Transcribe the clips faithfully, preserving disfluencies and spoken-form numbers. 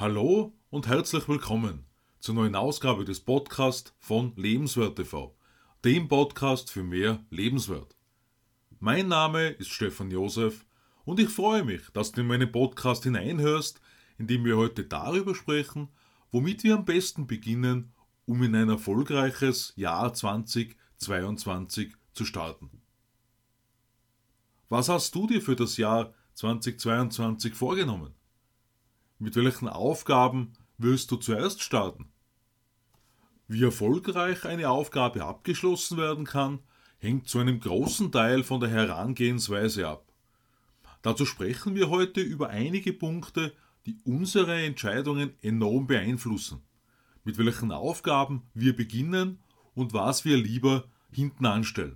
Hallo und herzlich willkommen zur neuen Ausgabe des Podcasts von Lebenswert T V, dem Podcast für mehr Lebenswert. Mein Name ist Stefan Josef und ich freue mich, dass du in meinen Podcast hineinhörst, in dem wir heute darüber sprechen, womit wir am besten beginnen, um in ein erfolgreiches Jahr zweitausendzweiundzwanzig zu starten. Was hast du dir für das Jahr zweitausendzweiundzwanzig vorgenommen? Mit welchen Aufgaben willst du zuerst starten? Wie erfolgreich eine Aufgabe abgeschlossen werden kann, hängt zu einem großen Teil von der Herangehensweise ab. Dazu sprechen wir heute über einige Punkte, die unsere Entscheidungen enorm beeinflussen, mit welchen Aufgaben wir beginnen und was wir lieber hinten anstellen.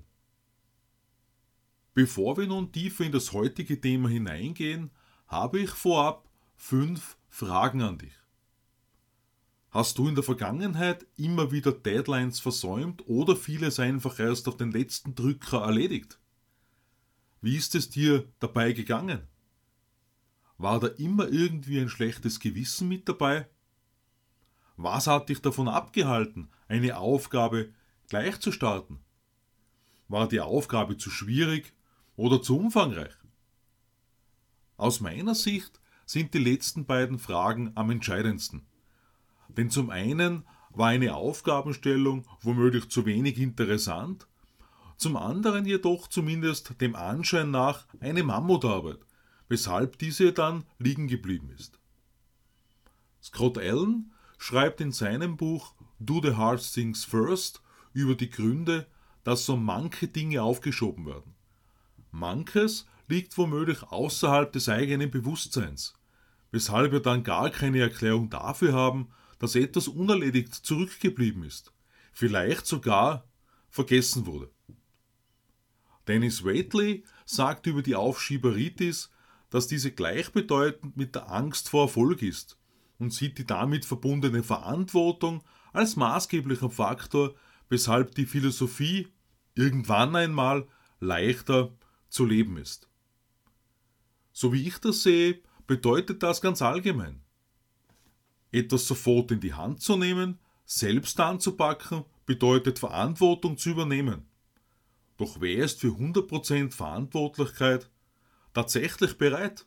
Bevor wir nun tiefer in das heutige Thema hineingehen, habe ich vorab fünf Fragen an dich. Hast du in der Vergangenheit immer wieder Deadlines versäumt oder vieles einfach erst auf den letzten Drücker erledigt? Wie ist es dir dabei gegangen? War da immer irgendwie ein schlechtes Gewissen mit dabei? Was hat dich davon abgehalten, eine Aufgabe gleich zu starten? War die Aufgabe zu schwierig oder zu umfangreich? Aus meiner Sicht sind die letzten beiden Fragen am entscheidendsten. Denn zum einen war eine Aufgabenstellung womöglich zu wenig interessant, zum anderen jedoch zumindest dem Anschein nach eine Mammutarbeit, weshalb diese dann liegen geblieben ist. Scott Allen schreibt in seinem Buch Do the Hard Things First über die Gründe, dass so manche Dinge aufgeschoben werden. Manches liegt womöglich außerhalb des eigenen Bewusstseins, weshalb wir dann gar keine Erklärung dafür haben, dass etwas unerledigt zurückgeblieben ist, vielleicht sogar vergessen wurde. Dennis Waitley sagt über die Aufschieberitis, dass diese gleichbedeutend mit der Angst vor Erfolg ist und sieht die damit verbundene Verantwortung als maßgeblicher Faktor, weshalb die Philosophie irgendwann einmal leichter zu leben ist. So wie ich das sehe, bedeutet das ganz allgemein: Etwas sofort in die Hand zu nehmen, selbst anzupacken, bedeutet Verantwortung zu übernehmen. Doch wer ist für hundert Prozent Verantwortlichkeit tatsächlich bereit?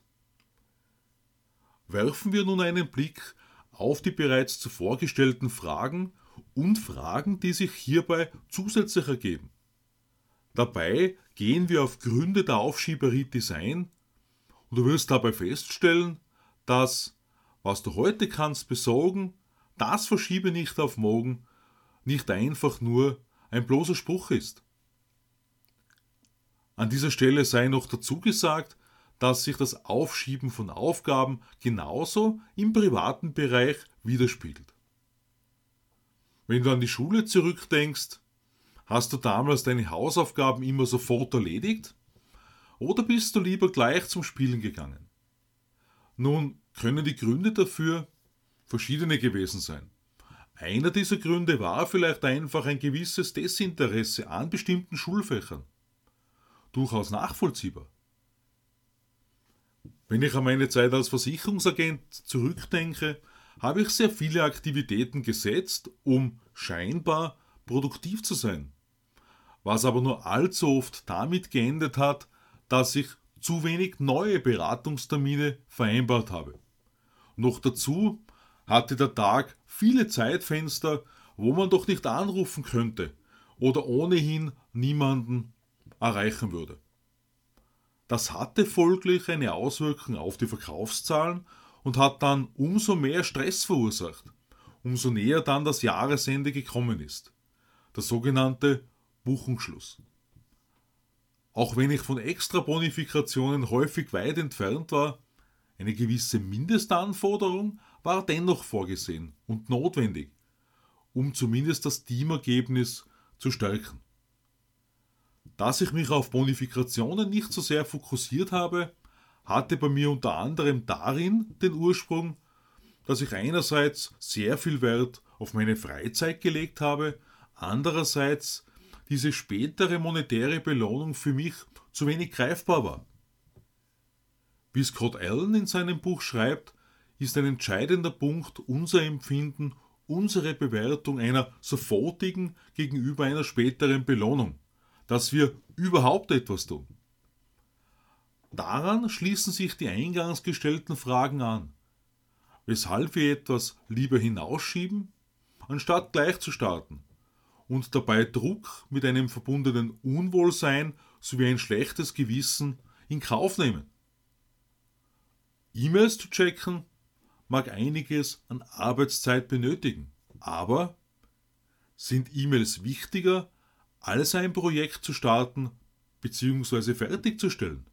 Werfen wir nun einen Blick auf die bereits zuvor gestellten Fragen und Fragen, die sich hierbei zusätzlich ergeben. Dabei gehen wir auf Gründe der Aufschieberitis ein und du wirst dabei feststellen, dass, was du heute kannst besorgen, das verschiebe nicht auf morgen, nicht einfach nur ein bloßer Spruch ist. An dieser Stelle sei noch dazu gesagt, dass sich das Aufschieben von Aufgaben genauso im privaten Bereich widerspiegelt. Wenn du an die Schule zurückdenkst, hast du damals deine Hausaufgaben immer sofort erledigt? Oder bist du lieber gleich zum Spielen gegangen? Nun können die Gründe dafür verschiedene gewesen sein. Einer dieser Gründe war vielleicht einfach ein gewisses Desinteresse an bestimmten Schulfächern. Durchaus nachvollziehbar. Wenn ich an meine Zeit als Versicherungsagent zurückdenke, habe ich sehr viele Aktivitäten gesetzt, um scheinbar produktiv zu sein. Was aber nur allzu oft damit geendet hat, dass ich zu wenig neue Beratungstermine vereinbart habe. Noch dazu hatte der Tag viele Zeitfenster, wo man doch nicht anrufen könnte oder ohnehin niemanden erreichen würde. Das hatte folglich eine Auswirkung auf die Verkaufszahlen und hat dann umso mehr Stress verursacht, umso näher dann das Jahresende gekommen ist. Der sogenannte Buchungsschluss. Auch wenn ich von Extra-Bonifikationen häufig weit entfernt war, eine gewisse Mindestanforderung war dennoch vorgesehen und notwendig, um zumindest das Teamergebnis zu stärken. Dass ich mich auf Bonifikationen nicht so sehr fokussiert habe, hatte bei mir unter anderem darin den Ursprung, dass ich einerseits sehr viel Wert auf meine Freizeit gelegt habe, andererseits diese spätere monetäre Belohnung für mich zu wenig greifbar war. Wie Scott Allen in seinem Buch schreibt, ist ein entscheidender Punkt unser Empfinden, unsere Bewertung einer sofortigen gegenüber einer späteren Belohnung, dass wir überhaupt etwas tun. Daran schließen sich die eingangs gestellten Fragen an. Weshalb wir etwas lieber hinausschieben, anstatt gleich zu starten und dabei Druck mit einem verbundenen Unwohlsein sowie ein schlechtes Gewissen in Kauf nehmen. E-Mails zu checken mag einiges an Arbeitszeit benötigen, aber sind E-Mails wichtiger, als ein Projekt zu starten bzw. fertigzustellen?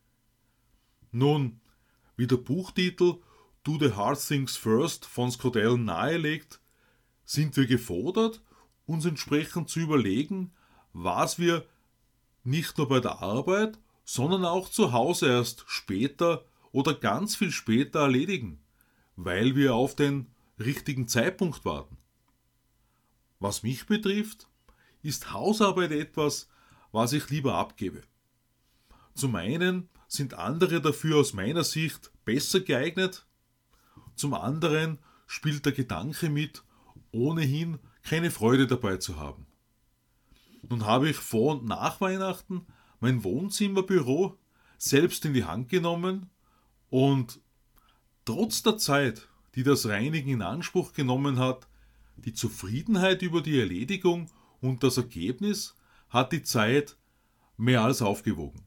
Nun, wie der Buchtitel Do the Hard Things First von Scott Allen nahelegt, sind wir gefordert, uns entsprechend zu überlegen, was wir nicht nur bei der Arbeit, sondern auch zu Hause erst später oder ganz viel später erledigen, weil wir auf den richtigen Zeitpunkt warten. Was mich betrifft, ist Hausarbeit etwas, was ich lieber abgebe. Zum einen sind andere dafür aus meiner Sicht besser geeignet, zum anderen spielt der Gedanke mit, ohnehin keine Freude dabei zu haben. Nun habe ich vor und nach Weihnachten mein Wohnzimmerbüro selbst in die Hand genommen und trotz der Zeit, die das Reinigen in Anspruch genommen hat, die Zufriedenheit über die Erledigung und das Ergebnis hat die Zeit mehr als aufgewogen.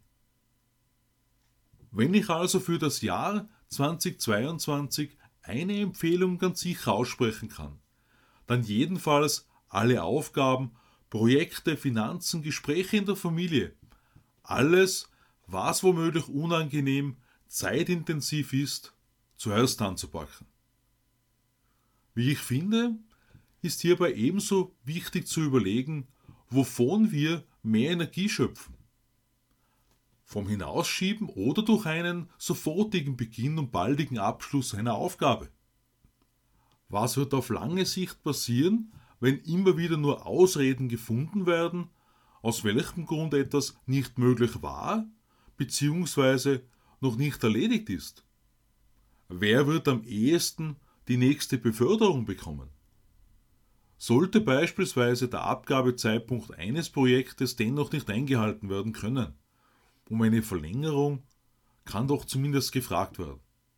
Wenn ich also für das Jahr zweitausendzweiundzwanzig eine Empfehlung ganz sicher aussprechen kann, dann jedenfalls alle Aufgaben, Projekte, Finanzen, Gespräche in der Familie, alles, was womöglich unangenehm, zeitintensiv ist, zuerst anzupacken. Wie ich finde, ist hierbei ebenso wichtig zu überlegen, wovon wir mehr Energie schöpfen. Vom Hinausschieben oder durch einen sofortigen Beginn und baldigen Abschluss einer Aufgabe. Was wird auf lange Sicht passieren, wenn immer wieder nur Ausreden gefunden werden, aus welchem Grund etwas nicht möglich war bzw. noch nicht erledigt ist? Wer wird am ehesten die nächste Beförderung bekommen? Sollte beispielsweise der Abgabezeitpunkt eines Projektes dennoch nicht eingehalten werden können, um eine Verlängerung kann doch zumindest gefragt werden.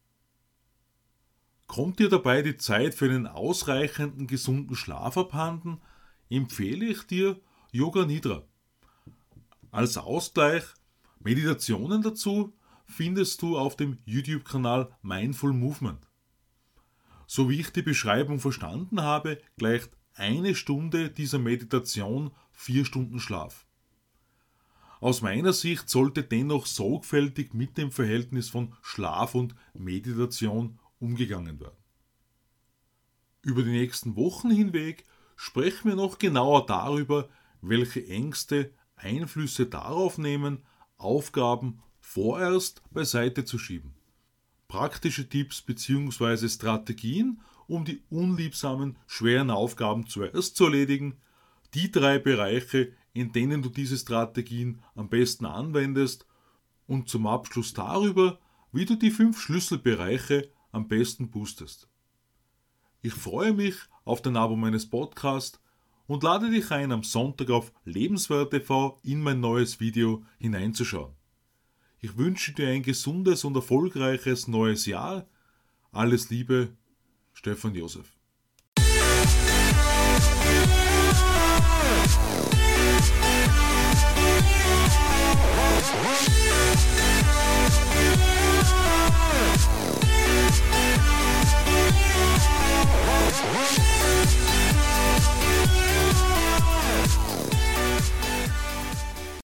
Kommt dir dabei die Zeit für einen ausreichenden, gesunden Schlaf abhanden, empfehle ich dir Yoga Nidra. Als Ausgleich Meditationen dazu findest du auf dem YouTube-Kanal Mindful Movement. So wie ich die Beschreibung verstanden habe, gleicht eine Stunde dieser Meditation vier Stunden Schlaf. Aus meiner Sicht sollte dennoch sorgfältig mit dem Verhältnis von Schlaf und Meditation umgegangen werden. Über die nächsten Wochen hinweg sprechen wir noch genauer darüber, welche Ängste Einflüsse darauf nehmen, Aufgaben vorerst beiseite zu schieben. Praktische Tipps bzw. Strategien, um die unliebsamen, schweren Aufgaben zuerst zu erledigen, die drei Bereiche, in denen du diese Strategien am besten anwendest und zum Abschluss darüber, wie du die fünf Schlüsselbereiche am besten boostest. Ich freue mich auf dein Abo meines Podcasts und lade dich ein, am Sonntag auf Lebenswert T V in mein neues Video hineinzuschauen. Ich wünsche dir ein gesundes und erfolgreiches neues Jahr. Alles Liebe, Stefan Josef.